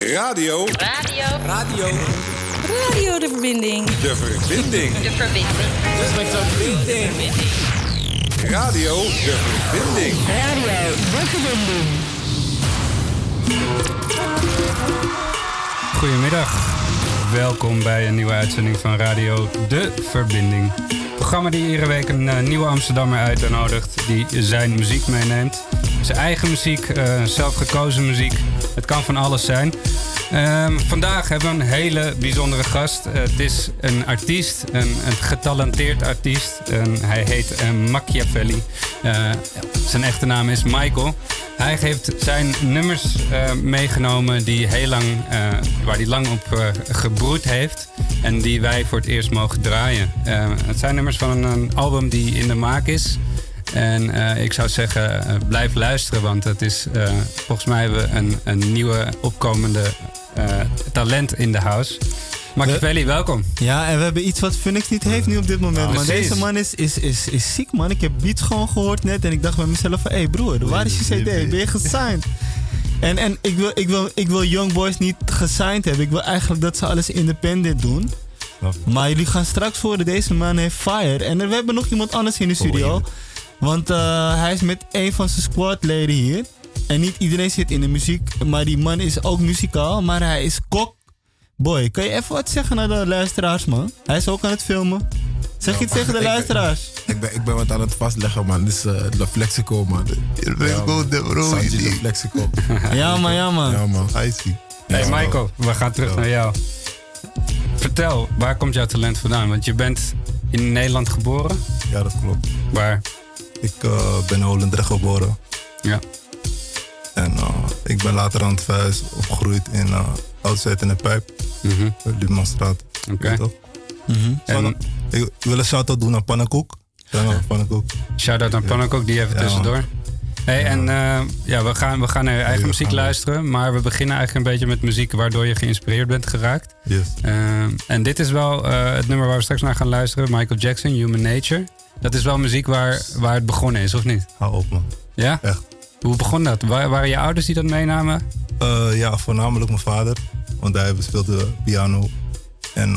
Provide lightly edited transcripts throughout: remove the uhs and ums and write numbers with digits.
Radio De Verbinding. De Verbinding. De Verbinding. Radio De Verbinding. Radio De Verbinding. Goedemiddag. Welkom bij een nieuwe uitzending van Radio De Verbinding. Een programma die iedere week een nieuwe Amsterdammer uitnodigt die zijn muziek meeneemt. Zijn eigen muziek, zelf gekozen muziek. Het kan van alles zijn. Vandaag hebben we een hele bijzondere gast. Het is een artiest, een getalenteerd artiest. Hij heet Machiavelli. Zijn echte naam is Michael. Hij heeft zijn nummers meegenomen die waar hij lang op gebroed heeft. En die wij voor het eerst mogen draaien. Het zijn nummers van een album die in de maak is. En ik zou zeggen, blijf luisteren, want het is volgens mij hebben we een nieuwe opkomende talent in de house. Machiavelli, welkom. Ja, en we hebben iets wat Phoenix niet heeft nu op dit moment. Maar deze man is ziek, man. Ik heb beats gewoon gehoord net en ik dacht bij mezelf van, hé broer, waar is je CD? Ben je gesigned? En ik wil Young Boys niet gesigned hebben. Ik wil eigenlijk dat ze alles independent doen. Maar jullie gaan straks horen, deze man heeft fire. En we hebben nog iemand anders in de studio. Want hij is met een van zijn squadleden hier. En niet iedereen zit in de muziek. Maar die man is ook muzikaal. Maar hij is kok. Boy, kan je even wat zeggen naar de luisteraars, man? Hij is ook aan het filmen. Zeg iets tegen de luisteraars. Ik ben wat aan het vastleggen, man. Dit is de Flexico, man. De Flexico. Ja, man. Ja, man. Hey Michael, we gaan terug naar jou. Vertel, waar komt jouw talent vandaan? Want je bent in Nederland geboren. Ja, dat klopt. Waar? Ik ben in Holendrecht geboren. Ja. En ik ben later aan het verhuizen opgegroeid in Oud-Zuid in de Pijp. Liebmanstraat. Oké. En ik wil een shout-out doen aan Pannenkoek. Shout-out aan Pannenkoek, die even tussendoor. Hey, en we gaan naar je eigen muziek luisteren. Maar we beginnen eigenlijk een beetje met muziek waardoor je geïnspireerd bent geraakt. Yes. En dit is wel het nummer waar we straks naar gaan luisteren. Michael Jackson, Human Nature. Dat is wel muziek waar het begonnen is, of niet? Hou op, man. Ja? Echt. Hoe begon dat? Waren je ouders die dat meenamen? Ja, voornamelijk mijn vader. Want hij bespeelde piano. En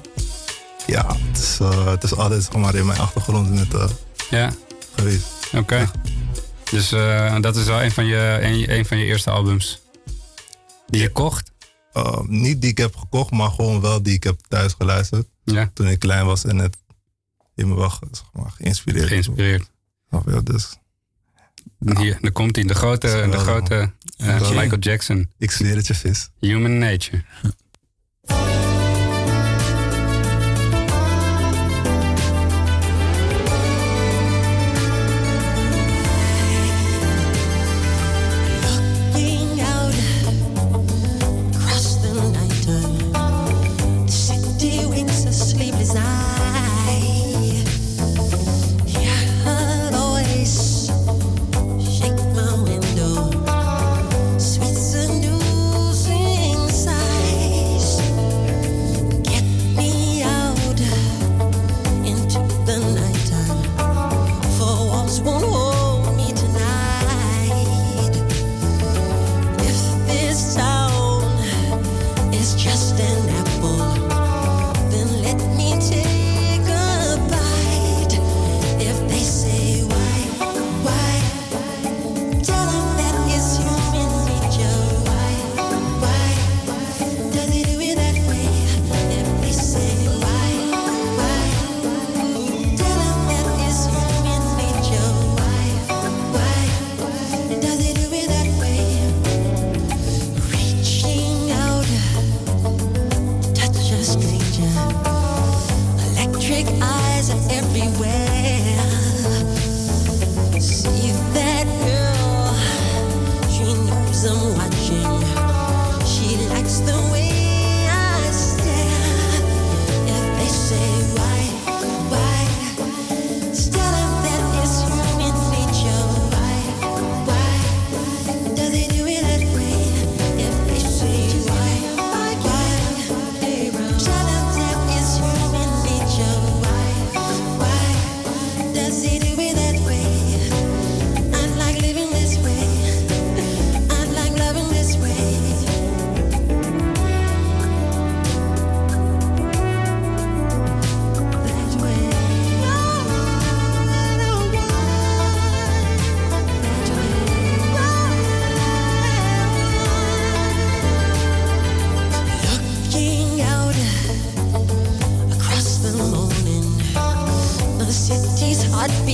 het is altijd maar in mijn achtergrond geweest. Oké. Dus dat is wel een van je eerste albums die je kocht? Niet die ik heb gekocht, maar gewoon wel die ik heb thuis geluisterd. Ja. Toen ik klein was en het in me was geïnspireerd. Dus, hier, daar komt hij. De grote Michael Jackson. Ik zweer het je, vis. Human Nature. Sweet seducing sight.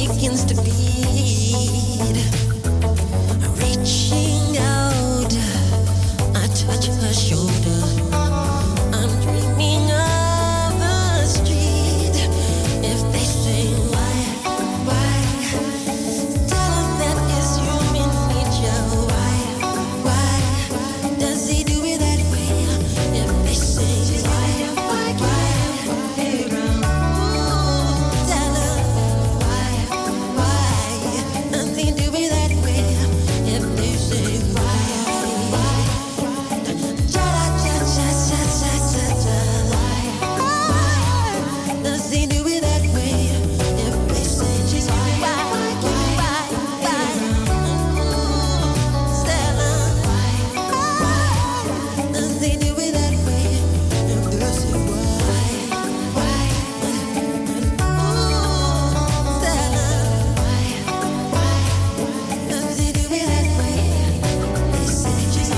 begins to beat. Reaching out, I touch her shoulder. I'm dreaming of a street. If they say why, tell them that is human nature. Why does he do it that way? If they say why, hey, tell them why does he do it that way? If they say why, does he do it that way? If they say why, does he do it that way? If they say why, does he do it that way? They say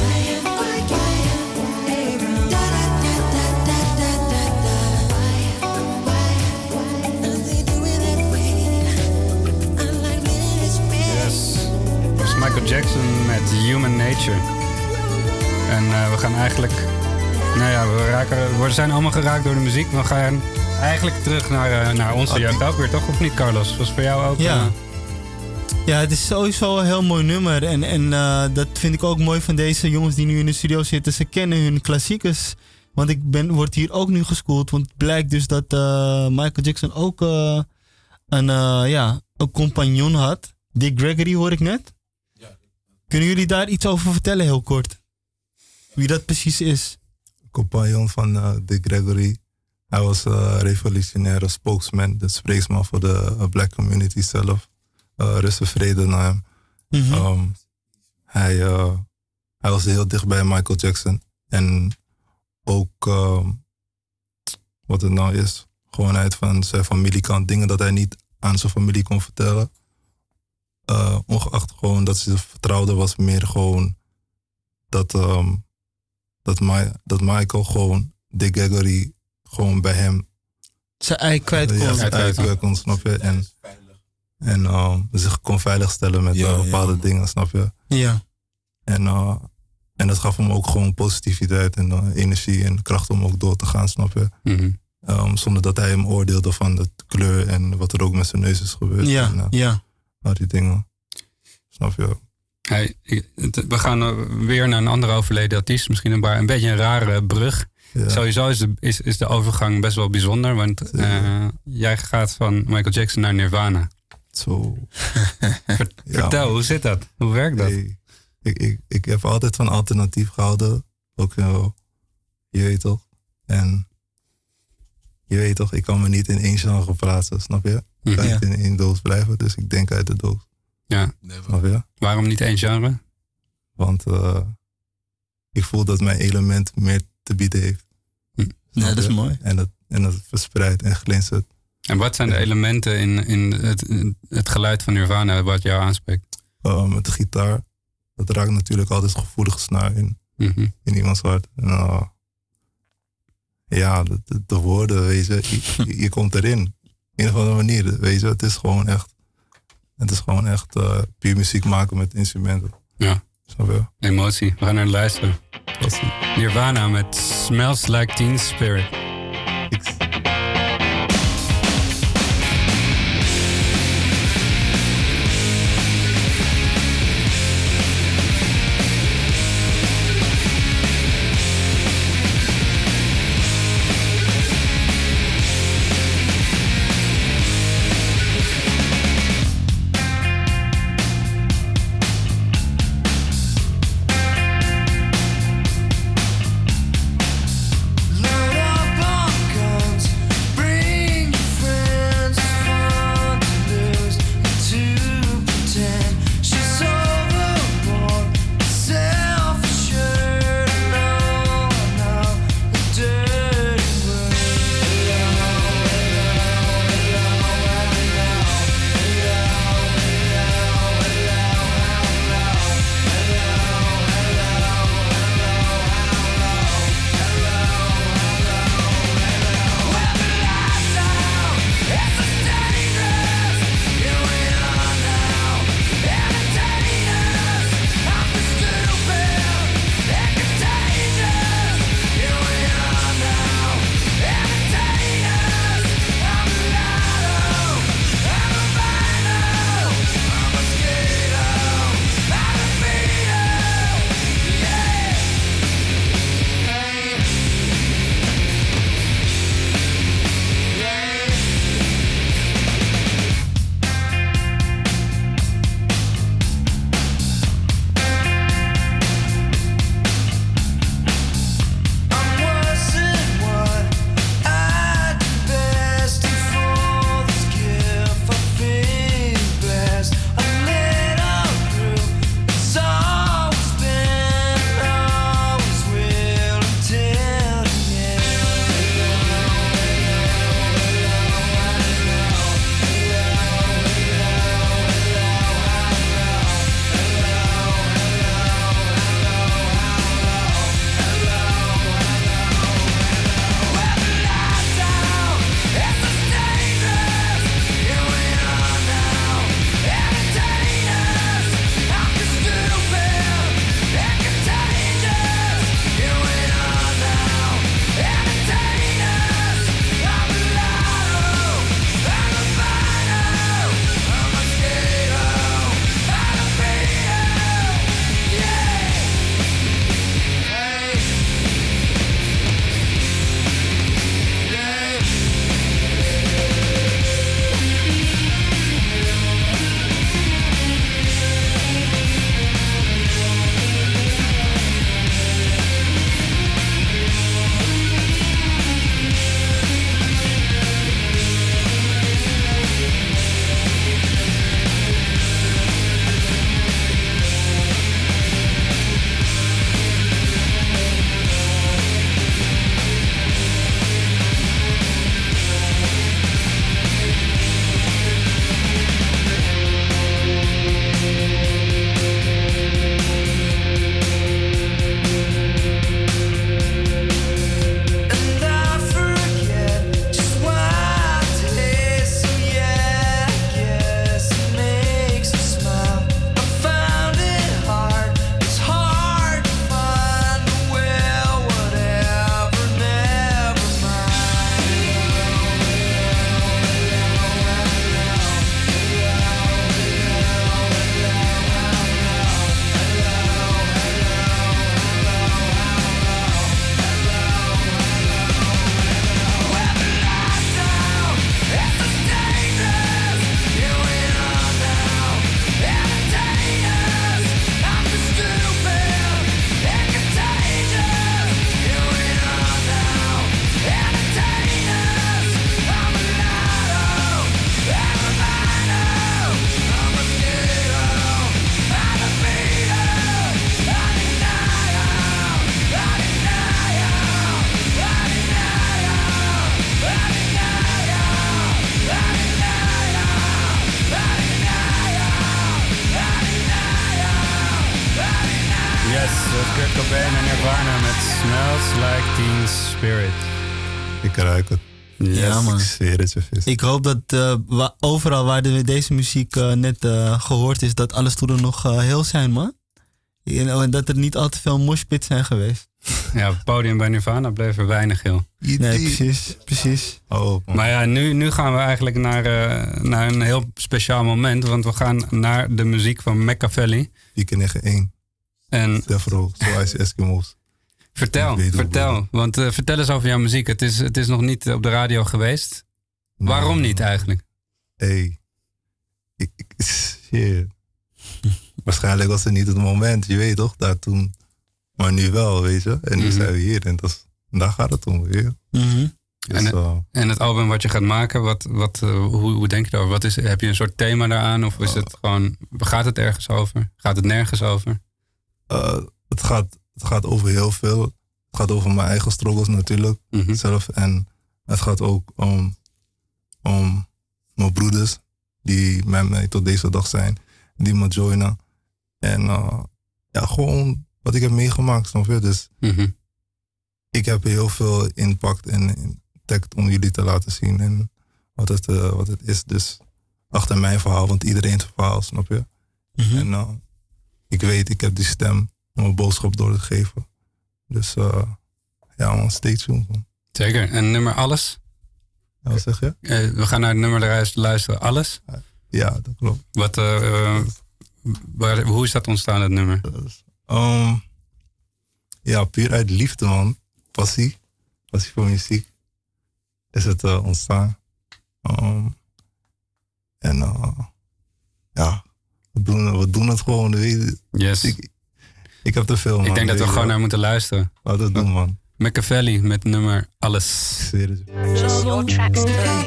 does he do it that way? I like this Yes. Dat is Michael Jackson met Human Nature. En we gaan eigenlijk... Nou ja, we zijn allemaal geraakt door de muziek. We gaan eigenlijk terug naar onze jeugd ook weer, toch? Of niet, Carlos? Was voor jou ook... Ja. Ja, het is sowieso een heel mooi nummer. En dat vind ik ook mooi van deze jongens die nu in de studio zitten. Ze kennen hun klassiekers. Want ik word hier ook nu geschoold. Want het blijkt dus dat Michael Jackson ook een compagnon had. Dick Gregory hoor ik net. Kunnen jullie daar iets over vertellen, heel kort? Wie dat precies is? Compagnon van Dick Gregory. Hij was revolutionaire spokesman, de spreeksman voor de black community zelf. Rust en vrede naar hem. Mhm. Hij was heel dicht bij Michael Jackson. En ook wat het nou is, gewoon uit van zijn familiekant, dingen dat hij niet aan zijn familie kon vertellen. Ongeacht gewoon dat ze vertrouwde was, meer gewoon dat Michael gewoon Dick Gregory gewoon bij hem zijn ei kwijt kon. Ja, zijn ei kwijt kon, snap je? En zich kon veiligstellen met bepaalde dingen, snap je? Ja. En dat gaf hem ook gewoon positiviteit en energie en kracht om ook door te gaan, snap je? Mhm. Zonder dat hij hem oordeelde van de kleur en wat er ook met zijn neus is gebeurd. Ja, Al die dingen. Snap je? We gaan weer naar een andere overleden artiest. Misschien een beetje een rare brug. Ja. Sowieso is de overgang best wel bijzonder. Want jij gaat van Michael Jackson naar Nirvana. Zo. Vertel, hoe zit dat? Hoe werkt dat? Hey, ik heb altijd van alternatief gehouden. Ook, je weet toch? En je weet toch, ik kan me niet in één genre plaatsen, snap je? Ik kan niet in één doos blijven, dus ik denk uit de doos. Ja. Snap je? Waarom niet één genre? Want ik voel dat mijn element meer te bieden heeft. Ja, dat is mooi. En dat verspreidt en glinstert. En wat zijn de elementen in het geluid van Nirvana wat jou aanspreekt? Met de gitaar. Dat raakt natuurlijk altijd gevoelige snaar in iemands hart. En, de woorden, weet je komt erin. Een of andere manier, weet je. Het is gewoon echt puur muziek maken met instrumenten. Ja. Snap je? Emotie. We gaan naar luisteren. Nirvana met Smells Like Teen Spirit. Load up like teen spirit. Ik ruik het. Ja, man. Ik zweer het je vis. Ik hoop dat overal waar deze muziek net gehoord is, dat alle stoelen nog heel zijn, man. En dat er niet al te veel moshpits zijn geweest. Ja, op het podium bij Nirvana bleef er weinig heel. Nee, precies. Oh, man. Maar ja, nu gaan we eigenlijk naar een heel speciaal moment. Want we gaan naar de muziek van Machiavelli. Pieke 9-1. En Defro, zoals Eskimo's. Vertel. Want vertel eens over jouw muziek. Het is nog niet op de radio geweest. Nee. Waarom niet eigenlijk? Shit. Waarschijnlijk was het niet het moment, je weet toch, daar toen. Maar nu wel, weet je. En nu zijn we hier en daar gaat het om, weet je. Mm-hmm. Dus, En het album wat je gaat maken, hoe denk je daarover? Heb je een soort thema daaraan? Of is het gewoon, gaat het ergens over? Gaat het nergens over? het gaat over heel veel. Het gaat over mijn eigen struggles natuurlijk, zelf. En het gaat ook om mijn broeders, die met mij tot deze dag zijn. Die me joinen. En gewoon wat ik heb meegemaakt, snap je? Dus ik heb heel veel impact en intact om jullie te laten zien. En wat het is. Dus achter mijn verhaal, want iedereen heeft een verhaal, snap je? En ik weet, ik heb die stem om een boodschap door te geven. Dus man, stay tuned. Man. Zeker. En nummer Alles? Ja, wat zeg je? We gaan naar het nummer luisteren. Alles? Ja, dat klopt. Hoe is dat ontstaan, het nummer? Puur uit liefde, man. Passie voor muziek is het ontstaan. We doen het gewoon. Yes. Ik heb te veel, man. Ik denk dat we gewoon naar moeten luisteren. Laten we het doen, man. Machiavelli met nummer Alles. Just your tracks today.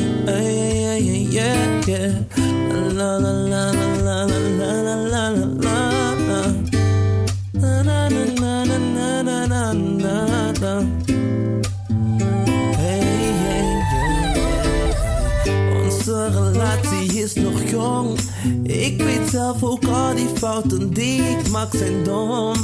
La la la la la la la la la. Na na na na na na na na. Onze relatie is nog jong. Ik weet zelf ook al die fouten die ik maak zijn dom.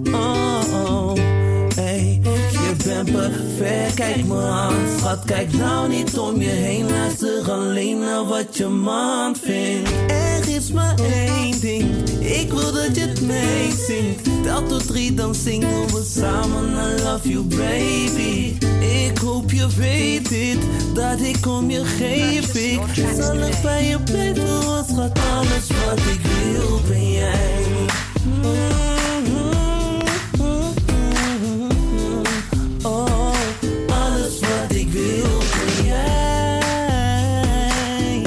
Je bent perfect, kijk me aan. Schat, kijk nou niet om je heen. Luister alleen naar wat je man vindt. Er is maar één ding, ik wil dat je het meezingt. Tel tot 3, dan zingen we samen I love you baby. Ik hoop je weet dit, dat ik om je geef. Ik zal er bij je blijven, want schat, alles wat ik wil ben jij. Alles wat ik wil ben jij.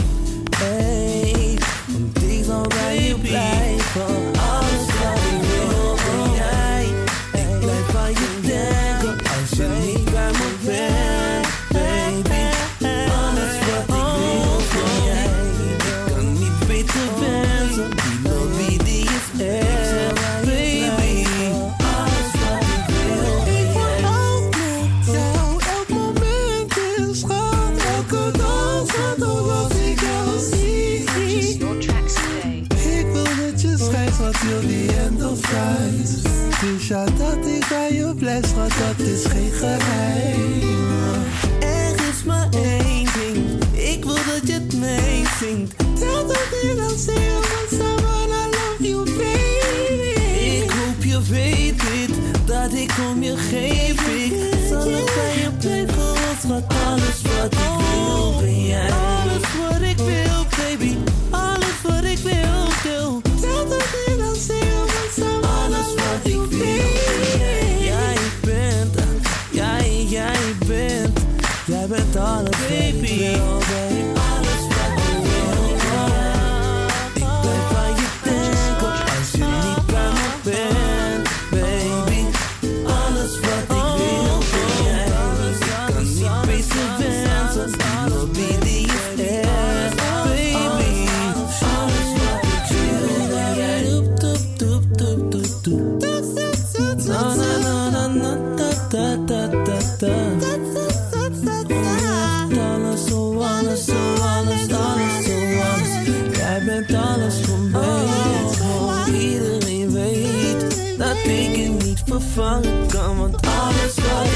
Want ik zal bij je blijven. Alles wat ik wil ben jij. Ik blijf aan je denken als je niet bij me bent, baby. Alles wat ik wil ben jij. Ik kan niet beter wensen. Die lobby die is echt, baby. Alles wat ik wil ben jij. Elk moment is schat. Elke dag schat, als ik jou zie. Just your tracks today. Ik wil dat je schijnt, schat, till the end of time. Dus ja, dat ik bij je blijf, schat, dat is geen geheim. Er is maar één ding, ik wil dat je het meezingt. Tel tot 3, dan zingen we samen I love you baby. Ik hoop je weet dit, dat ik om je geef. Ik zal er bij je blijven, want schat, alles wat ik wil ben jij. Alles wat ik wil, baby. Alles wat ik wil. Tel tot 3, dan zingen we samen alles wat ik wil ben jij. Jij bent alles baby. Alles wat ik wil. Ik blijf aan je denken als je niet bij me bent, baby. Alles wat ik wil ben jij. Ik kan niet beter wensen. Die lobby die is echt, baby. Alles wat ik wil ben jij. Doep, doep, doep, doep, doep. Na na na na na da da da da da. Jij bent alles voor mij. Iedereen weet dat ik je niet vervangen kan. Want alles wat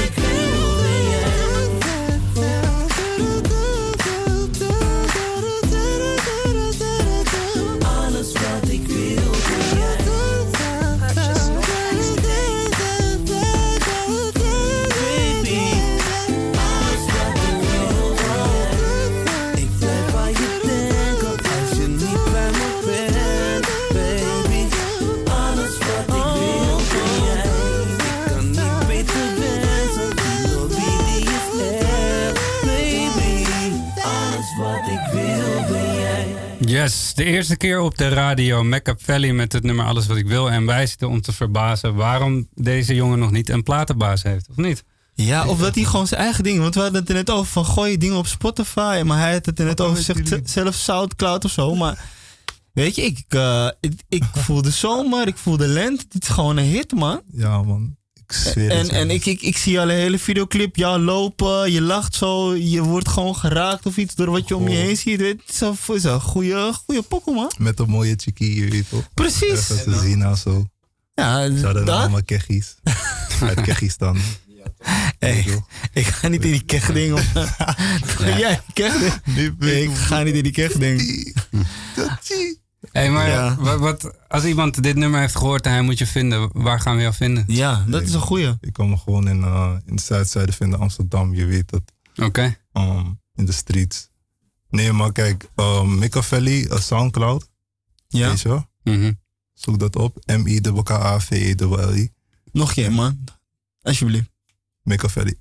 Yes, de eerste keer op de radio. Machiavelli met het nummer Alles Wat Ik Wil. En wij zitten om te verbazen waarom deze jongen nog niet een platenbaas heeft, of niet? Ja, of dat hij gewoon zijn eigen dingen... Want we hadden het er net over van gooi je dingen op Spotify. Maar hij had het er net over zelf Soundcloud of zo. Maar weet je, ik voel de zomer, ik voel de lente. Dit is gewoon een hit, man. Ja, man. Ik zweer het. En ik zie al een hele videoclip. Jou lopen, je lacht zo. Je wordt gewoon geraakt of iets door wat je om je heen ziet. Het is een goede pokoe, man. Met een mooie chickie, je weet toch? Precies. Ergens te zien of zo. Ja, Ze hadden dat. allemaal Keggies. Uit Keggistan. Hey, ik ga niet in die kegding. Jij kegding? Ik ga niet in die kegding. Hey, maar Ja. wat, als iemand dit nummer heeft gehoord en hij moet je vinden, waar gaan we jou vinden? Ja, dat is een goeie. Ik kan me gewoon in het Zuidzijde vinden, Amsterdam. Je weet het. Oké. In de streets. Nee, maar kijk. Machiavelli, Soundcloud. Ja. Weet je wel? Mhm. Zoek dat op. M-I-K-A-V-E-L-L-I. Nog een keer, man. Alsjeblieft. Machiavelli.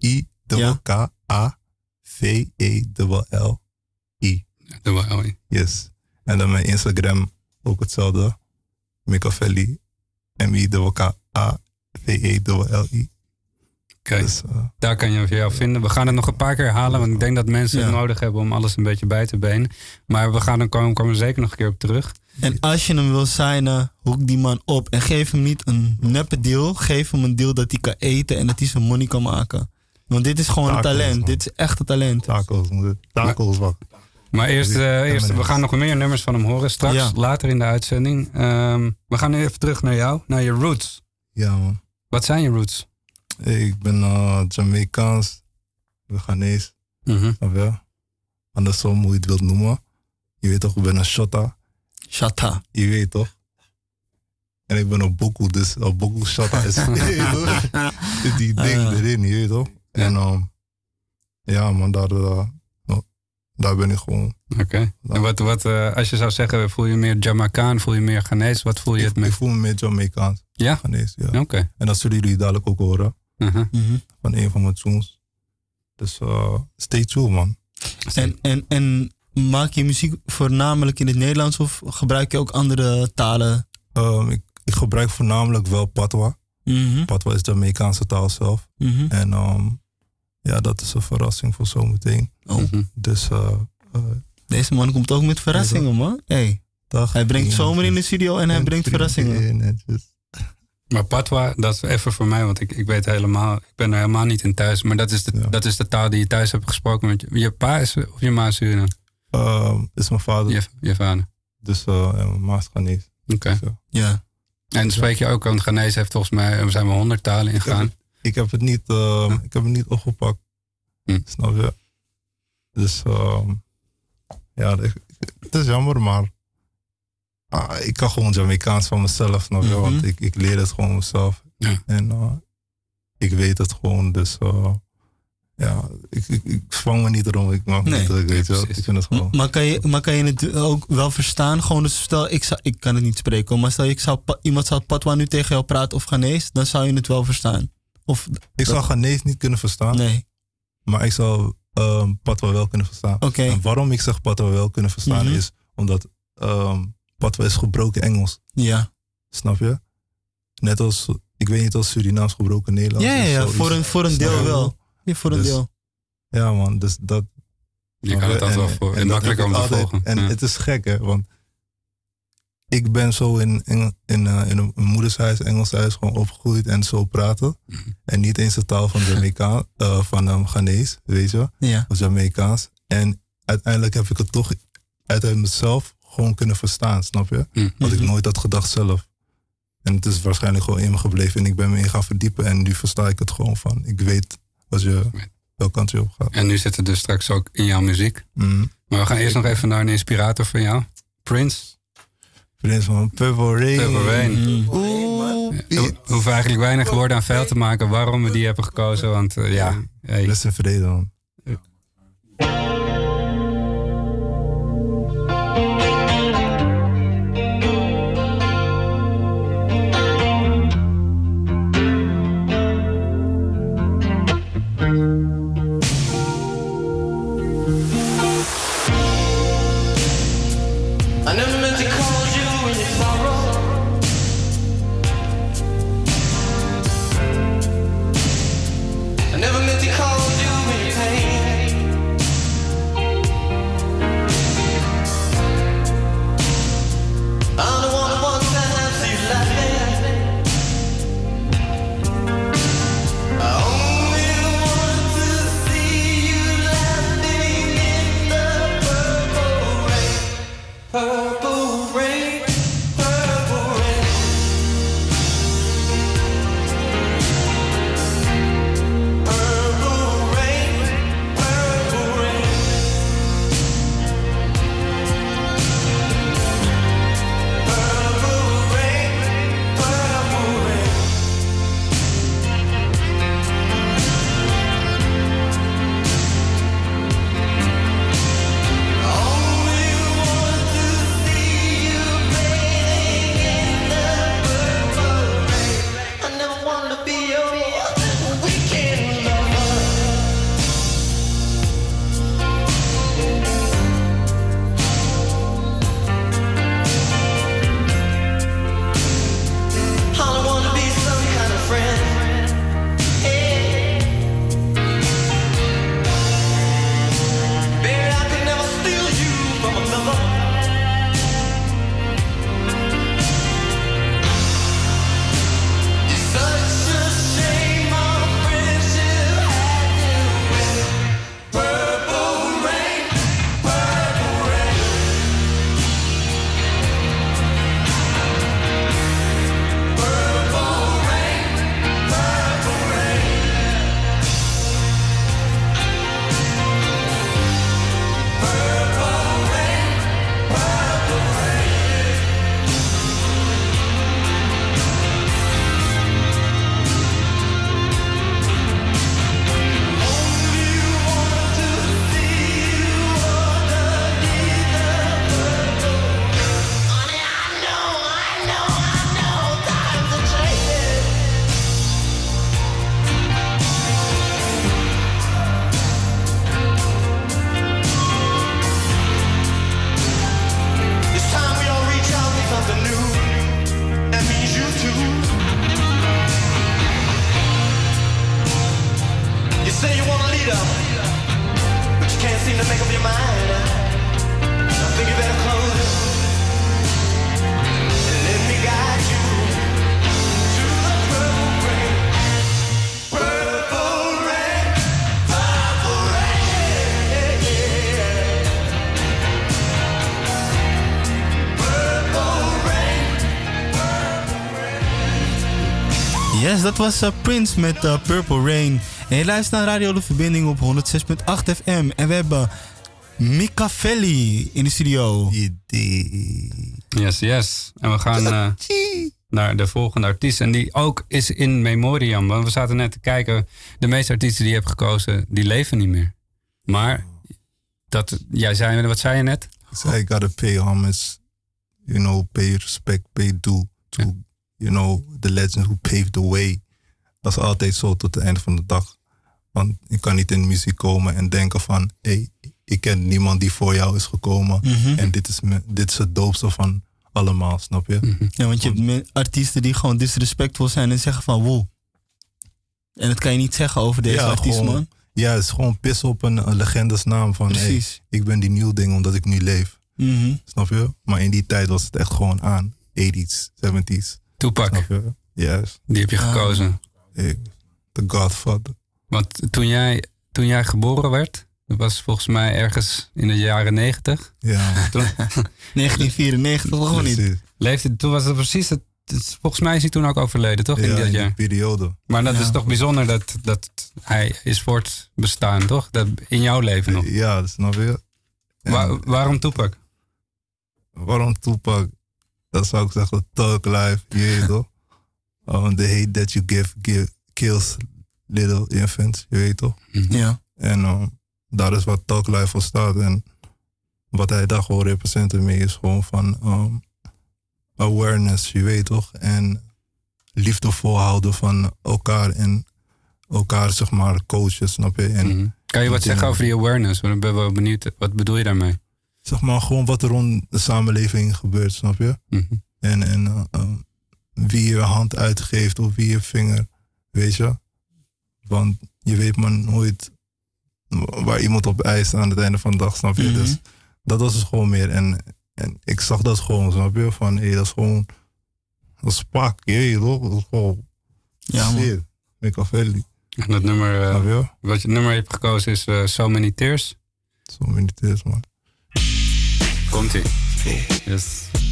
M-I-K-A-V-E-L-L-I. Doe maar, Ellie. Yes. En dan mijn Instagram ook hetzelfde. Machiavelli. M-I-K-A-V-E-L-L-I. Oké, Dus, daar kan je jou vinden. We gaan het nog een paar keer herhalen, want ik denk dat mensen het nodig hebben om alles een beetje bij te benen. Maar we gaan er komen zeker nog een keer op terug. En als je hem wil signen, hoek die man op. En geef hem niet een neppe deal. Geef hem een deal dat hij kan eten en dat hij zijn money kan maken. Want dit is gewoon een Tacos, talent. man. Dit is echt een talent. Tacos, wat? Maar eerst, we gaan nog meer nummers van hem horen straks, Ja. later in de uitzending. We gaan nu even terug naar jou, naar je roots. Ja, man. Wat zijn je roots? Ik ben Jamaicaans, Ghanese, snap je? Andersom, hoe je het wilt noemen. Je weet toch, ik ben een Shotta. Shatta. Je weet toch? En ik ben een Boku, dus een Boku Shotta is die ding erin, je weet toch? Ja. En ja, man, daar ben ik gewoon. Oké. En wat als je zou zeggen, voel je meer Jamaicaan, voel je meer Ghanese? Wat voel je het Ik meer? voel me meer Jamaicaans. Ja? Ghanese, ja. Oké. En dat zullen jullie dadelijk ook horen. Uh-huh. Van een van mijn tunes. Dus stay tuned, man. En maak je muziek voornamelijk in het Nederlands of gebruik je ook andere talen? Ik gebruik voornamelijk wel Patois. Mhm. Patois is de Jamaicaanse taal zelf. Mhm. En ja, dat is een verrassing voor zometeen. Oh. Dus Deze man komt ook met verrassingen, man. Hey. Hij brengt zomer in de studio en hij brengt verrassingen. Dus, Maar Patois, dat is even voor mij, want ik weet helemaal, ik ben er helemaal niet in thuis. Maar dat is de taal die je thuis hebt gesproken met je pa is, of je ma is Suriname? is mijn vader. Je vader. Dus mijn ma is Ghanese. Oké. Dus, Ja. En spreek je ook, want Ghanese heeft volgens mij, er zijn wel 100 talen ingegaan. ik heb het niet opgepakt. Snap je? Dus ja, het is jammer, maar ik kan gewoon Jamaicaans van mezelf, snap je? Want ik leer het gewoon mezelf. Ja. En ik weet het gewoon, dus ja, ik vang me niet erom. Ik mag niet druk, weet je wel. Ik vind het gewoon. Maar kan je het ook wel verstaan? Gewoon, dus stel, ik kan het niet spreken, maar stel iemand zou Patois nu tegen jou praten of Ghanese, dan zou je het wel verstaan. Ik zou Ghanese niet kunnen verstaan. Nee. Maar ik zou Patois wel kunnen verstaan. Oké. En waarom ik zeg Patois wel kunnen verstaan is omdat Patois is gebroken Engels. Ja. Snap je? Net als, ik weet niet, als Surinaams gebroken Nederlands. Ja, is voor een deel wel. Ja, voor een deel. Ja, man, dus dat. Je kan het altijd wel voor. En makkelijk om te volgen. En het is gek, hè, want ik ben zo in een moedershuis, Engels huis, gewoon opgegroeid en zo praten. En niet eens de taal van Jamaica, van Ghanese, weet je, ja. Of Jamaicaans. En uiteindelijk heb ik het toch uit mezelf gewoon kunnen verstaan, snap je? Wat ik nooit had gedacht zelf. En het is waarschijnlijk gewoon in me gebleven en ik ben me in gaan verdiepen en nu versta ik het gewoon van. Ik weet welke kant je op gaat. En nu zit het dus straks ook in jouw muziek. Maar we gaan eerst nog even naar een inspirator van jou. Prince. Prince van Purple Rain. Purple Rain. We hoeven eigenlijk weinig woorden aan vuil te maken waarom we die hebben gekozen. Want ja. Hey. Rust in vrede, man. freedom, but you can't seem to make up your mind. I think you better close it and let me guide you to the purple rain. Purple rain, purple rain. Purple rain, purple rain. Yes, dat was Prince met Purple Rain. En je luistert naar Radio De Verbinding op 106.8 FM. En we hebben Mikavelli in de studio. Yes. En we gaan naar de volgende artiest. En die ook is in memoriam. Want we zaten net te kijken. De meeste artiesten die je hebt gekozen, die leven niet meer. Maar, jij zei, wat zei je net? Ik zei, I gotta pay homage. You know, pay respect, pay due to, you know, the legend who paved the way. Dat is altijd zo tot het einde van de dag. Want ik kan niet in de muziek komen en denken van, hey, ik ken niemand die voor jou is gekomen. Mhm. En dit is het doopste van allemaal, snap je? Mhm. Ja, want je hebt artiesten die gewoon disrespectvol zijn en zeggen van wow. En dat kan je niet zeggen over deze artiest, gewoon, man. Ja, het is gewoon pissen op een legendes naam van, hey, Precies. ik ben die nieuw ding omdat ik nu leef. Mhm. Snap je? Maar in die tijd was het echt gewoon aan. 80s, 70s. Tupac, Snap je? Yes. die heb je gekozen. Hey, the Godfather. Want toen jij geboren werd, dat was volgens mij ergens in de jaren 90. Ja. Toen 1994, toch gewoon niet? Precies. toen was het precies volgens mij is hij toen ook overleden, toch? Ja, in dat in die jaar. periode. Maar dat Ja. is toch bijzonder dat hij is voortbestaan, toch? Dat in jouw leven nog. Ja, dat snap je. En Waarom Tupac? waarom Tupac? Dat zou ik zeggen, Talk Life, je weet toch? The hate that you give kills little infants, je weet toch? Ja. En dat is wat Talk Life voor staat. En wat hij daar gewoon representen mee is gewoon van awareness, je weet toch? En liefdevol houden van elkaar en elkaar, zeg maar, coachen, snap je? En Kan je wat zeggen over die awareness? Want ik ben wel benieuwd, wat bedoel je daarmee? zeg maar gewoon wat er rond de samenleving gebeurt, snap je? Mhm. En wie je hand uitgeeft of wie je vinger, weet je? Want je weet maar nooit waar iemand op eist aan het einde van de dag, snap je? Mhm. Dus dat was het gewoon meer. En ik zag dat gewoon, snap je? Van, hé, dat is gewoon, dat is pak, je weet toch? Dat is gewoon, Ja, man. zeer. Mikavelli, En dat nummer, snap je? wat je nummer hebt gekozen is So Many Tears. Zo mediteert, man. Komt-ie. Yes.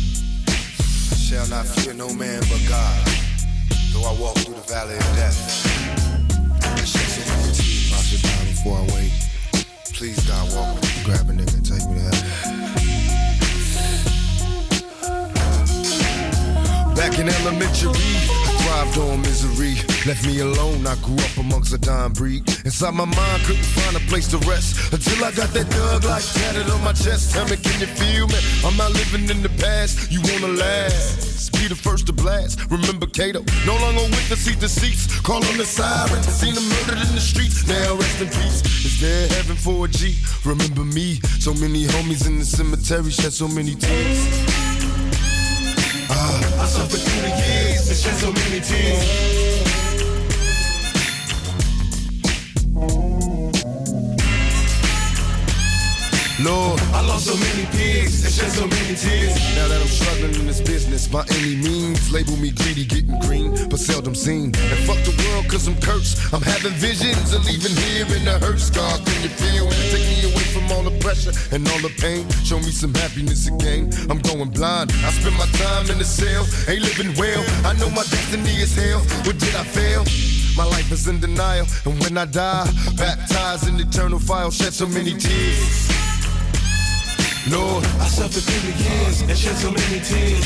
Shall not fear no man but God. Though I walk through the valley of death. I shed so many tears. I should die before I wait. Please, God, walk with me. Grab a nigga and take me to heaven. Back in elementary, I thrived on misery. Left me alone, I grew up amongst a dying breed. Inside my mind, couldn't find a place to rest. Until I got that Thug Life tatted on my chest. Tell me, can you feel me? I'm not living in the past, you wanna last. Be the first to blast. Remember Kato, no longer with the seat deceits. Call on the siren, seen them murdered in the streets. Now rest in peace, is there heaven for a G? Remember me, so many homies in the cemetery shed so many tears. I suffered through the years and shed so many tears. Lord, I lost so many pigs and shed so many tears. Now that I'm struggling in this business by any means, label me greedy, getting green, but seldom seen. And fuck the world cause I'm cursed. I'm having visions of leaving here in the hearse. God, can you feel? Take me away from all the pressure and all the pain. Show me some happiness again. I'm going blind. I spend my time in the cell, ain't living well. I know my destiny is hell. What did I fail? My life is in denial, and when I die, baptized in eternal fire, shed so many tears. Lord, I suffered through the years and shed so many tears.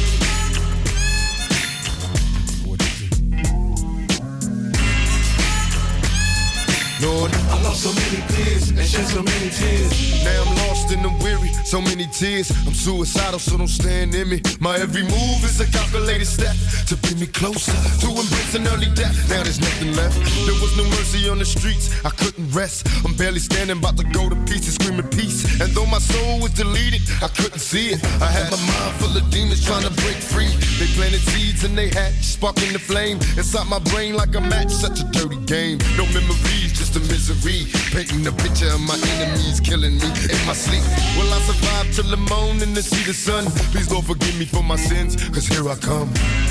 Lord, I lost so many peers and shed so many tears. Now I'm lost in the weary, so many tears. I'm suicidal, so don't stand in me. My every move is a calculated step to bring me closer to embracing early death. Now there's nothing left. There was no mercy on the streets. I couldn't rest. I'm barely standing, about to go to pieces, screaming peace. And though my soul was deleted, I couldn't see it. I had my mind full of demons trying to break free. They planted seeds and they hatched, sparking the flame inside my brain like a match. Such a dirty game. No memories, just a misery. Painting a picture of my enemies killing me in my sleep. Will I survive till the morning to see the sun? Please Lord forgive me for my sins, cause here I come.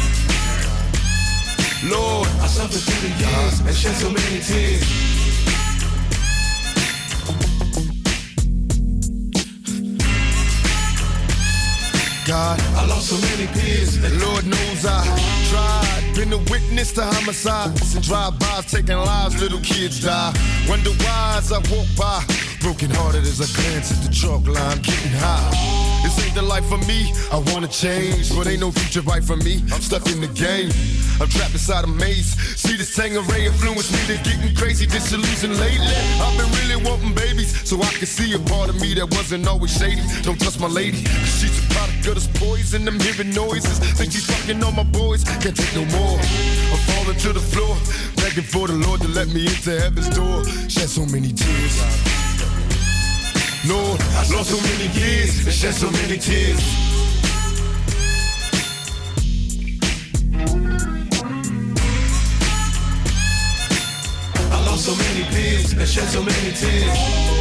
Lord, I suffered through the years and shed so many tears. God, I lost so many peers. And Lord knows I tried. Been a witness to homicides and drive-bys taking lives. Little kids die. Wonder why as I walk by, broken hearted as I glance at the chalk line, getting high. This ain't the life for me. I wanna change, but ain't no future right for me. I'm stuck in the game. I'm trapped inside a maze. See this Tangeray influence me to getting crazy, disillusioned lately. I've been really wanting babies, so I can see a part of me that wasn't always shady. Don't trust my lady, cause she's a product of this poison. I'm hearing noises, think she's fucking on my boys. Can't take no more. I'm falling to the floor, begging for the Lord to let me into heaven's door. Shed so many tears. Lord, I lost so many years and shed so many tears. I lost so many peers and shed so many tears.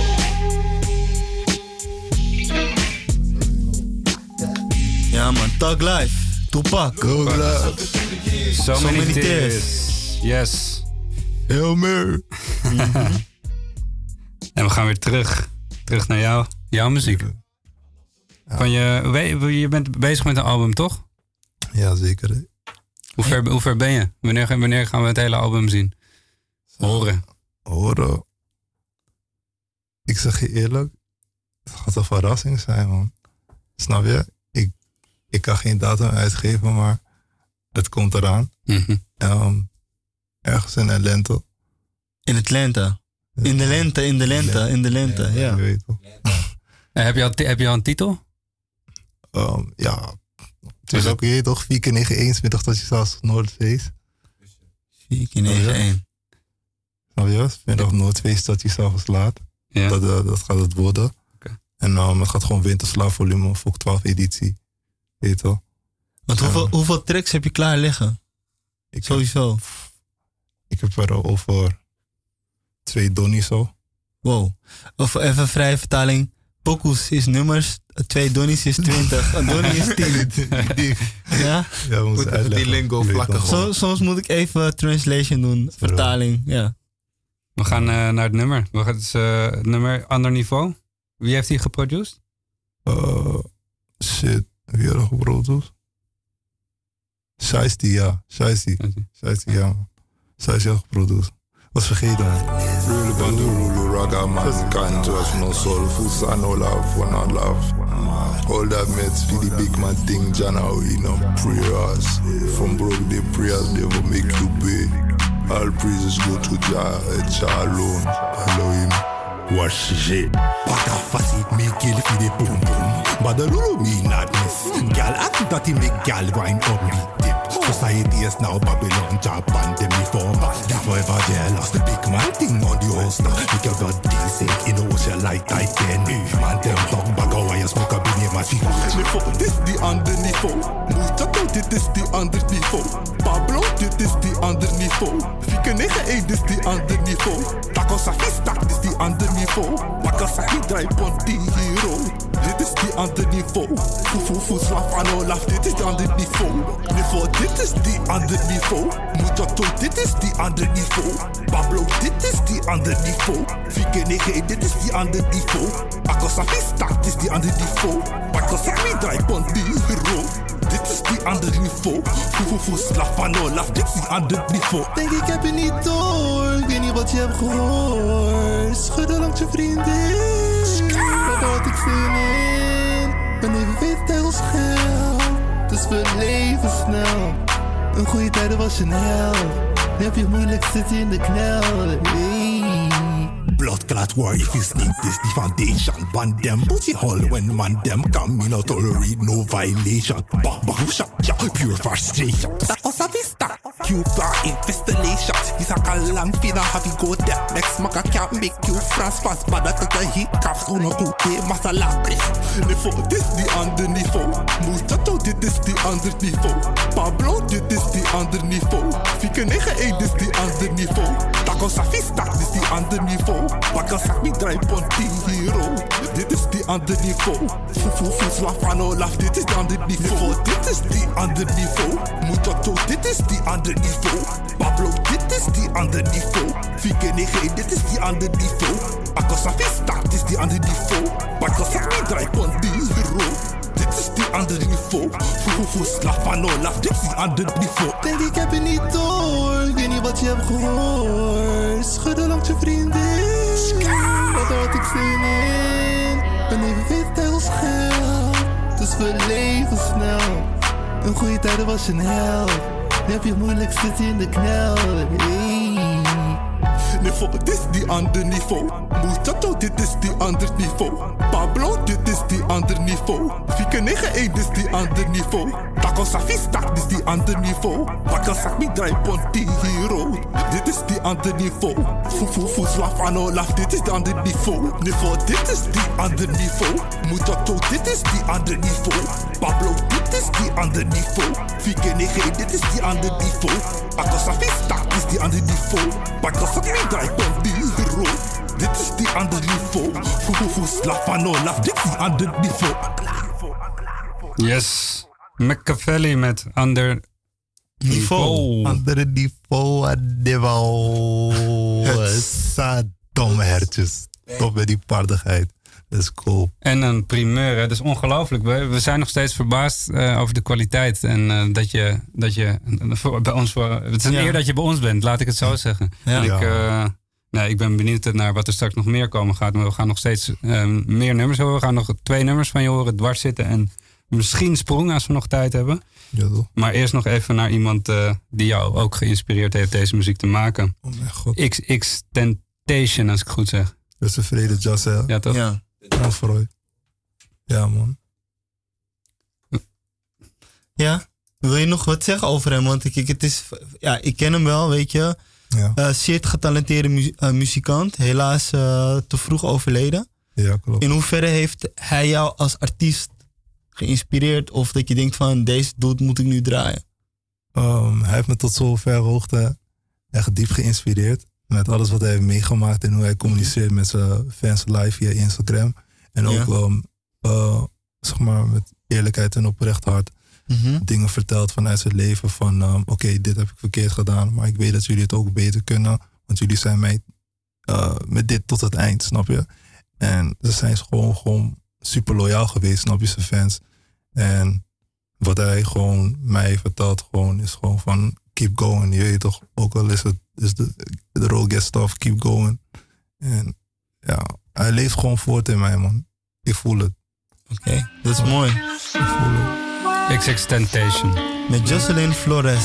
Ja man, Thug Life, Tupac. So many tears. Yes. Helmer. En we gaan weer terug naar jouw muziek. Ja. Je bent bezig met een album, toch? Ja, zeker. Hoe ver ben je? Wanneer gaan we het hele album zien? Horen. Ik zeg je eerlijk, het gaat een verrassing zijn, man. Snap je? Ik kan geen datum uitgeven, maar het komt eraan. Mm-hmm. Ergens in de lente. In het lente? In de lente, ja. Je weet toch. Heb je al een titel? Ja. Tuurlijk, je weet toch, 4x91 tot je zelfs Noordfeest. 4x91. Snap je? Middag Noordfeest tot je zelfs laat. Ja. Dat gaat het worden. Okay. En het gaat gewoon Winterslaaf volume voor 12 editie. Weet je toch? Want hoeveel tracks heb je klaar liggen? Sowieso. Ik heb er over 2 donnies zo. Wow. Of even vrije vertaling. Pokoes is nummers, 2 donnies is 20. Een donnie is 10. Ja? Ja, we moeten uitleggen. Die lingo vlakken. Soms moet ik even translation doen. Vertaling, ja. We gaan naar het nummer. Het nummer Ander Niveau. Wie heeft die geproduceerd? Shit. Wie had er geproduceerd? Shiesty, ja. Shiesty, ja, man. Shiesty had geproduceerd. Was vergeten, man. Really bad, really raga, man. Can't trust no soul. Fusa, no love, for not love. All that mates for the big man thing, Jana, we know prayers. From broke the prayers, they will make you pay. All praises go to Jah, and Jah alone. Elohim. Wash shit. Pata fasit me kill for the boom boom. But the lulu me madness. Gal act that he make gal wine up me dip. Society is now Babylon, Japan, them reform. The forever jealous. The big man thing on the holster. Make your blood decent in the ocean like Titanic. Man them talk back away and smoke a big man. This the underneath. Muchacho, dit is the underneath. Pablo, dit is the underneath. Fike 9-1, dit is the underneath. Taco Safista, dit is the underneath. Wakasaki draai ponti hero. Dit is die ander niveau. Fufu slaaf aan Olaf. Dit is die ander niveau. Dit is die ander niveau. Muchacho, dit is die ander niveau. Pablo, dit is die ander niveau. Fike 9, dit is die ander niveau. Wakasaki start is die ander niveau. Wakasaki draai ponti hero. Dit is die ander niveau. Fufu slaaf aan Olaf. Dit is die ander niveau. Denk ik heb je niet door. Ik weet niet wat je hebt gehoord. Schudden langs je vriendin. Daar had ik zin in. Ben even wit tegels geld. Dus we leven snel. Een goede tijden was je een held. Nu heb je moeilijk zitten in de knel. Hey. Blood clot war if you sneak this the foundation. Ban them pussy hole when man them come. Me not tolerate no violation. Bah bah shot ya pure frustration. That was a vista. you far installation. Isaka lang fina have you go that next maka can't make you France fast. But that the heat caps on a coupe masala. Niveau, dit is die ander niveau. Muchacho, dit is die ander niveau. Pablo, dit is die ander niveau. Fieke 9-1, dit is die ander niveau. Taco Safi stak, dit is die ander niveau. Bakka sak mi draai ponti hero. Dit is die ander niveau. Fufu slafano laf, dit is die ander niveau. Dit is die ander niveau. Muchacho, dit is die ander niveau. Pablo, dit is die ander niveau. Fieke 9-1, dit is die ander niveau. Bakka Safi stak, dit is die ander niveau. Bakka sak mi draai ponti hero. Dit is die andere niveau. Fufu slafano laf, dit is die andere niveau. Denk ik heb het niet door, ik weet niet wat je hebt gehoord. Schudden langs je vriendin, wat had ik zin in. Een even wit als geld, dus we leven snel. In goede tijden was je een held, nu heb je het moeilijk zitten in de knel. Hey. Niveau, dit is die ander niveau. Muchacho, dit is die ander niveau. Pablo, dit is die ander niveau. Fieke 9-1, dit is die ander niveau. Taco Safi stak, dit is die ander niveau. Bakka sak mi draai ponti hero. Dit is die ander niveau. Fufu slafano laf, dit is die ander niveau. Niveau, dit is die ander niveau. Muchacho, dit is die ander niveau. Pablo, dit is die ander niveau. Fieke 9-1, dit is die ander niveau. Bakka Safi stak, dit is die ander niveau. Bakka sak mi draai ponti hero. Dit is die ander niveau. Fufu slafano laf, dit is die ander niveau. Yes. Machiavelli met ander niveau. Andere niveau. Het domme hertjes. Top met die paardigheid. Dat is cool. En een primeur. Hè? Dat is ongelooflijk. We zijn nog steeds verbaasd over de kwaliteit. En dat je bij ons... Het is een eer dat je bij ons bent, laat ik het zo zeggen. Ja. En ik ben benieuwd naar wat er straks nog meer komen gaat. Maar we gaan nog steeds meer nummers horen. We gaan nog 2 nummers van je horen. Dwars zitten en misschien Sprong als we nog tijd hebben. Ja, toch? Maar eerst nog even naar iemand die jou ook geïnspireerd heeft deze muziek te maken. Oh mijn god. XXXTentacion, als ik het goed zeg. Dat is een vrede jazz, hè? Ja, toch? Ja. Afrooi. Ja, man. Ja? Wil je nog wat zeggen over hem? Want ik ken hem wel, weet je. Ja. Zeer getalenteerde muzikant. Helaas te vroeg overleden. Ja, klopt. In hoeverre heeft hij jou als artiest geïnspireerd? Of dat je denkt van, deze dude moet ik nu draaien? Hij heeft me tot zover hoogte echt diep geïnspireerd. Met alles wat hij heeft meegemaakt en hoe hij communiceert met zijn fans live via Instagram. En ook zeg maar met eerlijkheid en oprecht hart dingen verteld vanuit zijn leven. Van oké, dit heb ik verkeerd gedaan, maar ik weet dat jullie het ook beter kunnen. Want jullie zijn mij met dit tot het eind, snap je? En ze zijn gewoon super loyaal geweest, snap je, zijn fans. En wat hij gewoon mij vertelt is gewoon van keep going. Je weet toch, ook al is de road gets tough, keep going. En ja, hij leeft gewoon voort in mij, man. Ik voel het. Oké, dat is mooi. Ik voel het. XXXTentacion. Met Jocelyn Flores.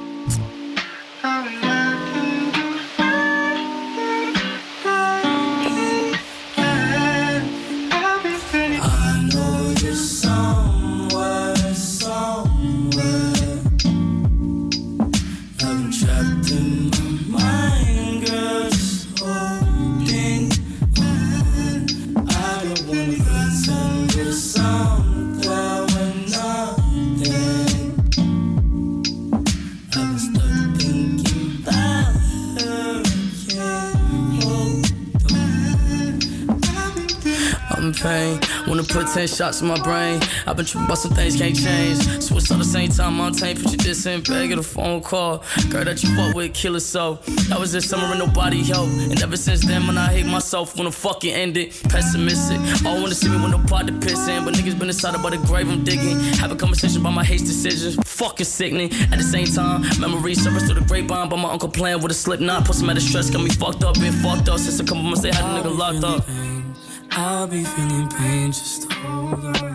Pain. Wanna put 10 shots in my brain. I've been tripping about some things can't change. Switch at the same time, Montaigne. Put your diss in bag, get a phone call. Girl that you fuck with, kill it so. That was this summer and nobody helped. And ever since then, when I hate myself, wanna fucking end it. Pessimistic. All wanna see me with no pot to piss in. But niggas been inside about the grave I'm digging. Have a conversation about my hate decisions. Fucking sickening. At the same time, memories surface through the grapevine. But my uncle playing with a slip knot. Put some out of stress, got me fucked up, been fucked up. Since a couple months they had a nigga locked up. I'll be feeling pain, just hold on.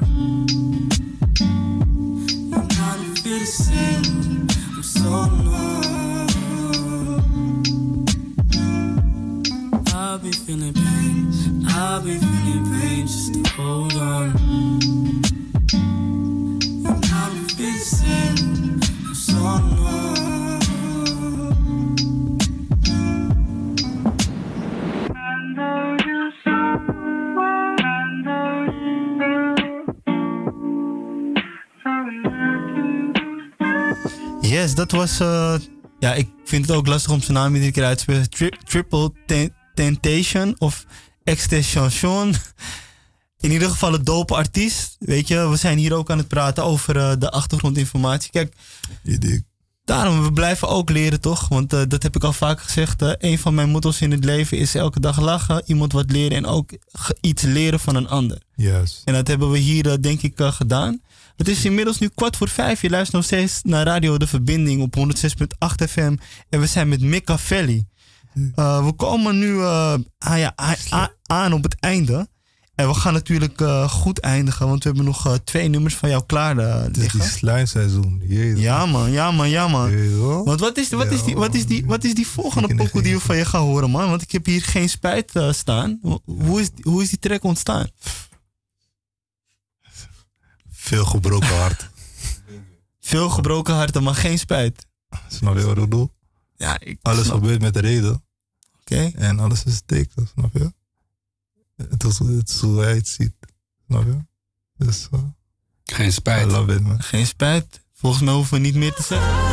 And I don't feel the same, I'm so numb. I'll be feeling pain, I'll be feeling pain, just hold on. And I don't feel the same, I'm so numb. Yes, dat was... ja, ik vind het ook lastig om zijn naam iedere keer uit te spreken. Triple Temptation of Extension. In ieder geval een dope artiest. Weet je, we zijn hier ook aan het praten over de achtergrondinformatie. Kijk, daarom, we blijven ook leren, toch? Want dat heb ik al vaak gezegd. Een van mijn motto's in het leven is elke dag lachen. Iemand wat leren en ook iets leren van een ander. Yes. En dat hebben we hier, denk ik, gedaan. Het is inmiddels nu 4:15. Je luistert nog steeds naar Radio De Verbinding op 106.8 FM. En we zijn met Machiavelli. We komen nu aan op het einde. En we gaan natuurlijk goed eindigen, want we hebben nog 2 nummers van jou klaar liggen. Het is die slijmseizoen. Jezus. Ja man. Want wat is die volgende pokoe die we van je gaan horen, man? Want ik heb hier Geen Spijt staan. Hoe is die track ontstaan? Veel gebroken hart. Veel gebroken harten, maar geen spijt. Snap je wat ik bedoel? Ja, alles gebeurt met de reden. Oké. En alles is teken, snap je? Het is hoe hij het ziet, snap je? Dus, geen spijt. I love it, man. Geen spijt. Volgens mij hoeven we niet meer te zeggen.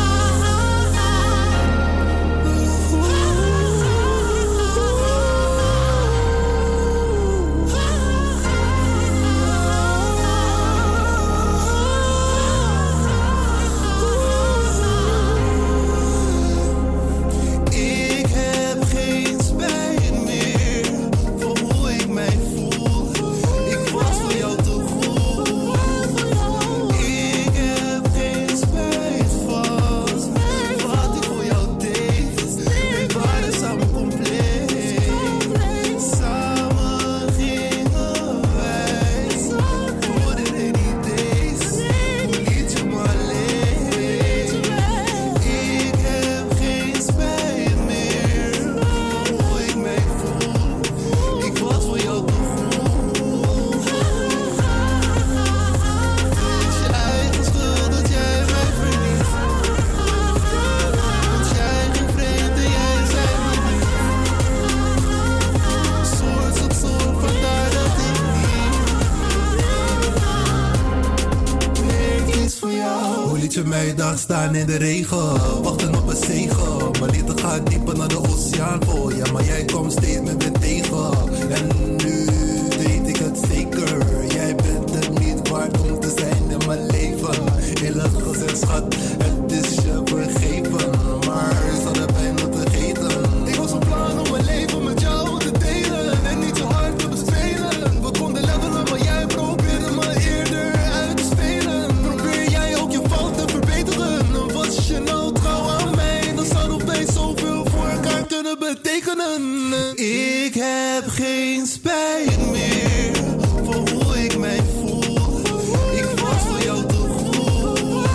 Staan in de regen, wachten op een zegen. Maar lieten gaat dieper naar de oceaan voor je. Maar jij komt steeds met me tegen. En nu weet ik het zeker. Jij bent het niet waard om te zijn in mijn leven. Eerlijk gezegd schat, het is je vergeven. Maar is al de pijn om te vergeten. Ik was van plan om mijn leven met jou te delen. En niet zo hard te bespelen. We konden levelen, maar jij probeerde me eerder uit te spelen. Probeer jij ook je fouten verbeteren. Was je nou trouw aan mij, dan zou nog bij zoveel voor elkaar kunnen betekenen. Ik heb geen spijt meer voor hoe ik mij voel. Ik was voor jou te goed.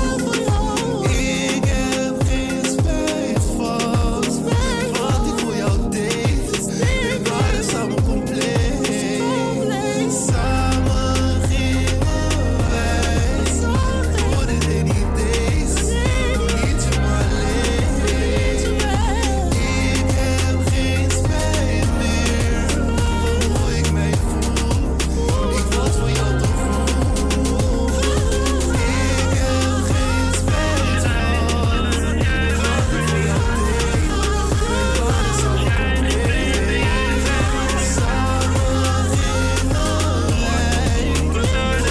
Ik heb geen spijt van wat ik voor jou deed. We waren samen compleet. Samen gingen wij voor dit en niet deze. Niet je maar alleen. Ik heb geen spijt meer van hoe ik mij voel. Ik was voor jou te goed. Ik heb geen spijt van wat ik voor jou deed. We waren samen compleet. Samen gingen wij voor dit en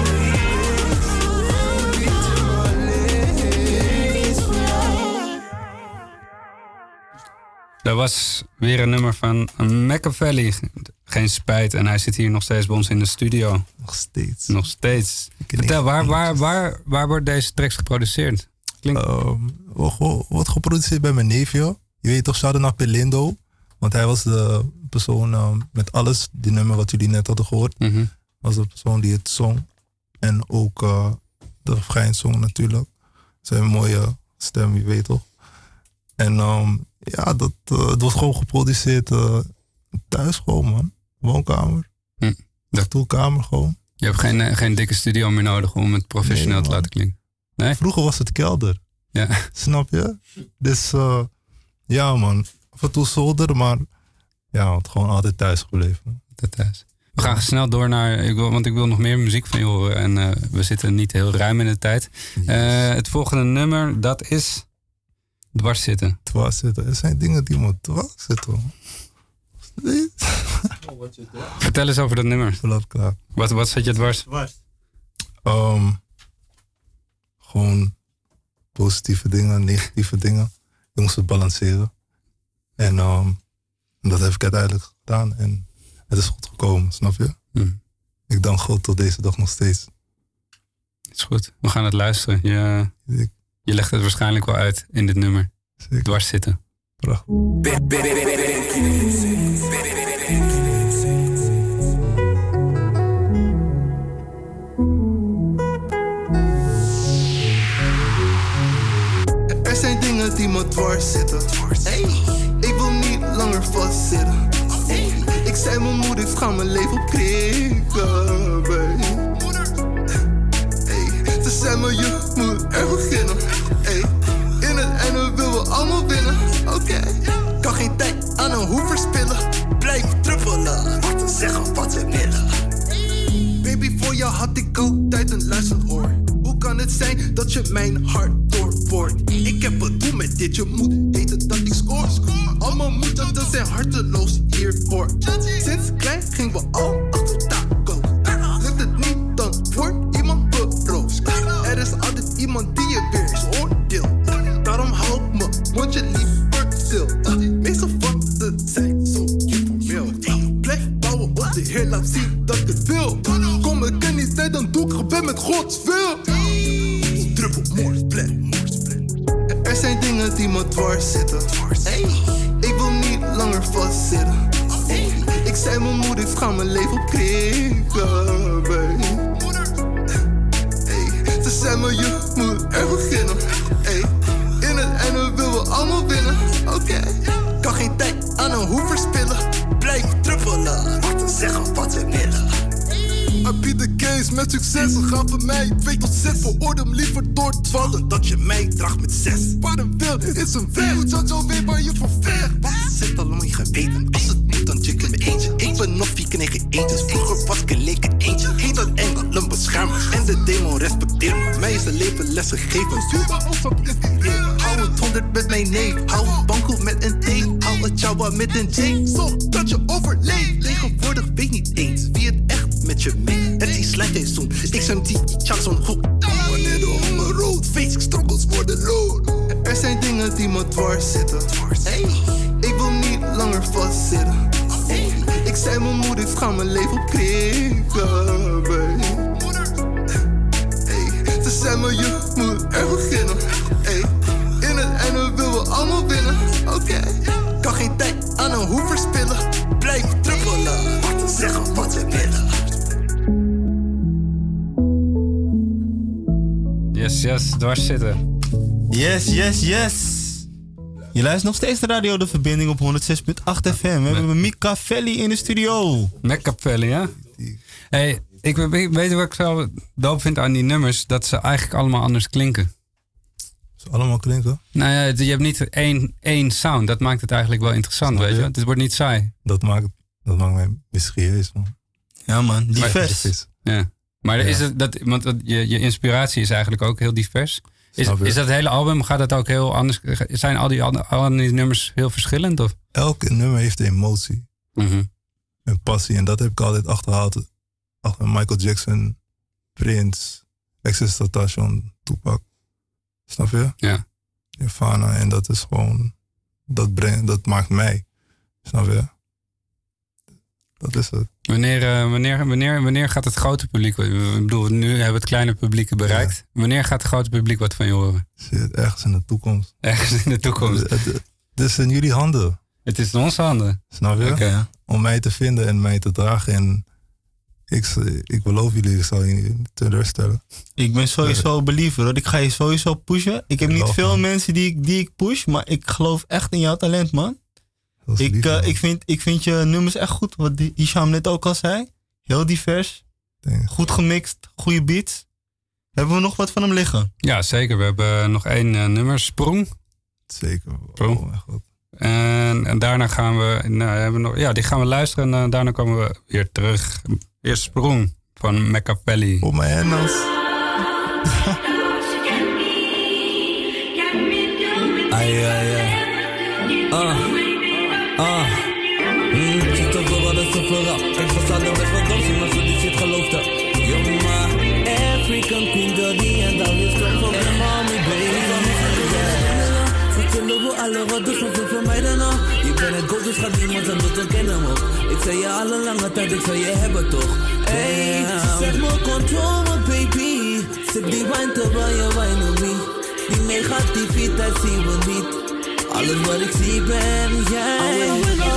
niet je maar alleen. Iets voor jou. Dat was weer een nummer van Machiavelli. Geen spijt. En hij zit hier nog steeds bij ons in de studio. Nog steeds. Vertel, waar wordt deze tracks geproduceerd? Wordt geproduceerd bij mijn neef, joh. Je weet toch, shout-out naar Pelindo. Want hij was de persoon met alles, die nummer wat jullie net hadden gehoord. Was de persoon die het zong. En ook de refrein-song natuurlijk. Zijn mooie stem, je weet toch. En ja, het wordt gewoon geproduceerd thuis gewoon, man. Woonkamer. Stoelkamer gewoon. Je hebt geen dikke studio meer nodig om het professioneel te laten klinken. Nee? Vroeger was het kelder. Ja. Snap je? Dus ja, man. Af en toe zolder, maar ja, het gewoon altijd thuis gebleven. Altijd thuis. We gaan snel door naar... want ik wil nog meer muziek van je horen. En we zitten niet heel ruim in de tijd. Het volgende nummer, dat is... Dwars zitten. Dwars zitten. Er zijn dingen die me dwars zitten. Vertel eens over dat nummer. Klaar. Wat zet je dwars? Gewoon positieve dingen, negatieve dingen. Je moest het balanceren. En dat heb ik uiteindelijk gedaan. En het is goed gekomen, snap je? Ik dank God tot deze dag nog steeds. Is goed. We gaan het luisteren. Je legt het waarschijnlijk wel uit in dit nummer. Zeker. Dwars zitten. Prachtig. Er zijn dingen die me dwars zitten. Hey, ik wil niet langer vastzitten. Hey, ik zei mijn moeder, ik ga mijn leven krikken, baby. Hey, ze zei me, je moet er beginnen. Hey, in het einde willen we allemaal winnen. Oké, kan geen tijd aan een hoef verspillen. Blijf druppelen, woorden zeggen wat ze willen. Baby, voor jou had ik altijd een luisterend oor. Hoe kan het zijn dat je mijn hart doorboort? Ik heb een doel met dit, je moet weten dat ik score. Al mijn moeders zijn harteloos hiervoor. Sinds klein gingen we al achter taco. Lukt het niet, dan wordt iemand beroofd. Er is altijd iemand die je weer is oordeelt. Daarom hou ik mijn mondje liever stil. Meestal vatten zijn zo informeel. Blijf bouwen op de Heer, laat zien dat ik het wil. Kom ik er niet zijn, dan doe ik gebed met Gods wil. Druppel, moordsplit. Er zijn dingen die me dwars zitten. Hey, ik wil niet langer vastzitten. Hey, ik zei mijn moeder, ik ga mijn leven krikken, baby. Hey, ze zei me, je moet er beginnen. Hey, in het einde willen we allemaal winnen. Oké, kan geen tijd aan een hoef verspillen. Blijf druppelen, woorden zeggen wat ze willen. I beat the games met succes. Ze gaan van mij 2 tot 6. Veroordeel me liever door 12 dan dat je mij draagt met 6. Waar een wil is een weg. Hoe zou zo weer waar je voor vecht? Wat zit al lang niet geweten? Als het moet dan chicken me eentje. Ik ben nog 4 9 eentjes. Vroeger was ik een leke eentje. Heet dat engelen beschermen. En de demon respecteer me. Mij is een leven les gegeven. Stuur maar ons op inspireren. Hou het 100 met mijn neef. Hou een banko met een T. Hou het Jawa met een J. Zodat je overleeft. Tegenwoordig weet niet eens wie het echt met je mee. Het is slijtijzoen, ik zijn die Charleston hoek. Wanneer de honger rood, face struggles worden lood. Er zijn dingen die me dwars zitten. Hey, ik wil niet langer vastzitten. Hey, ik zei mijn moeder, ik ga mijn leven krikken, baby. Hey, ze zei me, je moet er beginnen. Hey, in het einde willen we allemaal winnen. Oké, kan geen tijd aan een hoef verspillen. Blijf druppelen, woorden zeggen wat ze willen. Yes, dwars zitten. Yes. Je luistert nog steeds naar Radio De Verbinding op 106.8 FM. We hebben Mika Velli in de studio. Mika Velli, ja? Hey, ik weet wat ik zo dope vind aan die nummers. Dat ze eigenlijk allemaal anders klinken. Ze allemaal klinken? Nou ja, je hebt niet één sound. Dat maakt het eigenlijk wel interessant, weet je? Het wordt niet saai. Dat maakt mij mysterieus, man. Ja, man. Divers. Ja. Maar is het dat, want je inspiratie is eigenlijk ook heel divers. Is dat hele album, gaat het ook heel anders? Zijn al die nummers heel verschillend? Of? Elk nummer heeft een emotie. Een passie. En dat heb ik altijd achterhaald. Achter Michael Jackson, Prince, XXXTentacion, Tupac. Snap je? Ja. Nirvana. En dat is gewoon... Dat maakt mij. Snap je? Dat is het. Wanneer gaat het grote publiek... Ik bedoel, nu hebben we het kleine publiek bereikt. Ja. Wanneer gaat het grote publiek wat van je horen? Ergens in de toekomst. Ergens in de toekomst. Het is in jullie handen. Het is in onze handen. Snap je? Okay. Om mij te vinden en mij te dragen. En ik beloof jullie, ik zal je teleurstellen. Ik ben sowieso believer, hoor. Ik ga je sowieso pushen. Ik heb niet veel mensen die ik push, maar ik geloof echt in jouw talent, man. Ik vind je nummers echt goed, wat Isham net ook al zei. Heel divers. Goed gemixt, goede beats. Hebben we nog wat van hem liggen? Ja, zeker. We hebben nog 1 nummer, Sprong. Zeker. Sprong. Oh, mijn God. En daarna gaan we... die gaan we luisteren en daarna komen we weer terug. Eerst Sprong van Machiavelli. Oh, mijn hennas. Zit te vooral dat ze vooraf. Ik versta de best van dansen, maar voor die shit geloofde. Jongen, African Queen Dirty en daar is strong van mijn mommy, baby. Zit je lopen alle roddels, want ik van mij dan al. Je bent een gold, dus gaat niemand aan het herkennen, man. Ik zei je al een lange tijd, ik zou je hebben toch. Hey, ze zegt me control, baby. Zit die wijn terwijl je wijn op me. Die negativiteit zien we niet. Alles wat ik zie ben jij.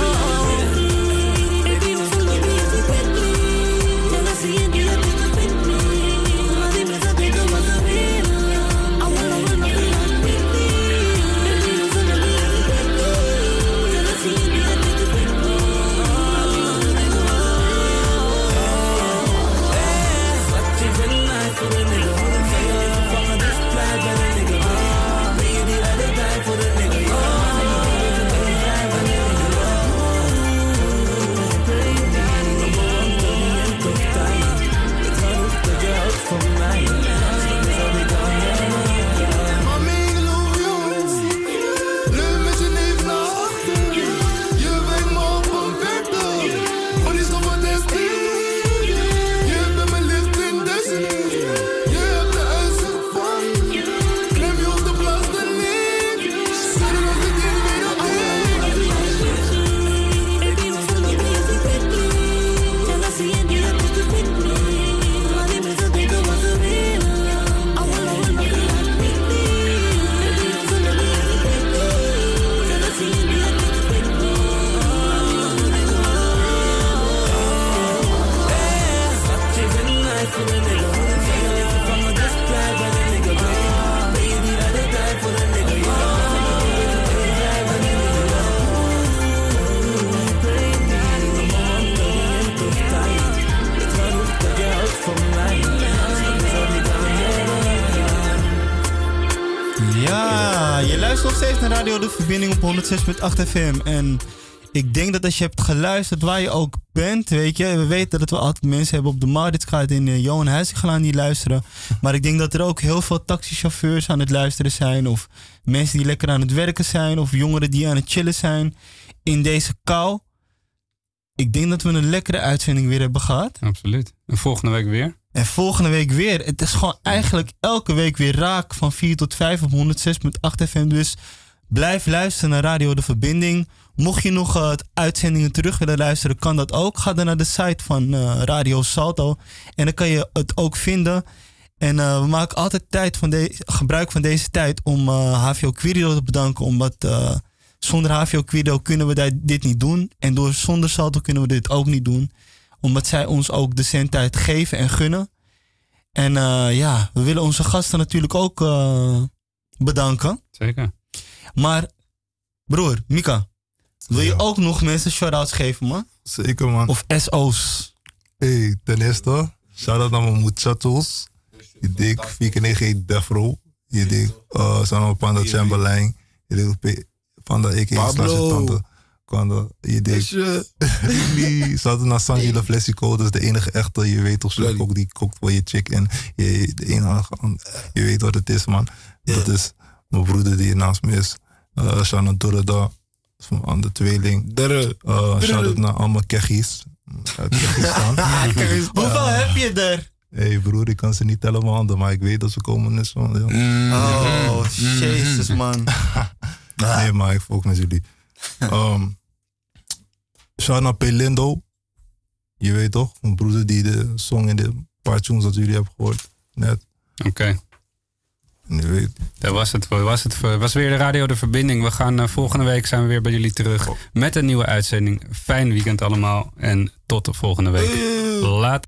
Nog steeds naar Radio De Verbinding op 106.8 FM. En ik denk dat als je hebt geluisterd waar je ook bent, weet je. We weten dat we altijd mensen hebben op de Mauritsstraat in Johan Huizingalaan die luisteren. Maar ik denk dat er ook heel veel taxichauffeurs aan het luisteren zijn. Of mensen die lekker aan het werken zijn. Of jongeren die aan het chillen zijn in deze kou. Ik denk dat we een lekkere uitzending weer hebben gehad. Absoluut. En volgende week weer? En volgende week weer. Het is gewoon eigenlijk elke week weer raak van 4 tot 5 op 106.8 FM. Dus blijf luisteren naar Radio De Verbinding. Mocht je nog uitzendingen terug willen luisteren, kan dat ook. Ga dan naar de site van Radio Salto. En dan kan je het ook vinden. En we maken altijd gebruik van deze tijd om HVO Querido te bedanken. Omdat zonder HVO Querido kunnen we dit niet doen. En zonder Salto kunnen we dit ook niet doen. Omdat zij ons ook de zendtijd geven en gunnen. En we willen onze gasten natuurlijk ook bedanken. Zeker. Maar broer, Mika, wil je ook nog mensen shout-outs geven, man? Zeker, man. Of SO's? Hey, ten eerste, shout-out naar mijn muchachos. Je dik, 4x9 Defro. Je dik, Sanne Panda Chamberlain. Je dik, Panda a.k.a. Tante. Je dik, shout-out naar Sanji de Flessico. Dat is de enige echte, je weet toch, ook die kookt voor je chick. En je weet wat het is, man. Dat is mijn broeder die hier naast me is. Shana Dorada, van de tweeling. Shout-out naar allemaal Keggies. Uit Kyrgyzstan. Hoeveel heb je er? Hey broer, ik kan ze niet tellen mijn handen, maar ik weet dat ze komen is van. Ja. Oh, jezus man. Nee, maar ik volg met jullie. Shout naar Pelindo. Je weet toch? Mijn broeder die de song in de paar tunes dat jullie hebben gehoord. Net. Oké. Je weet. Dat was weer de Radio De Verbinding. We gaan volgende week zijn we weer bij jullie terug met een nieuwe uitzending. Fijn weekend allemaal en tot de volgende week. Later.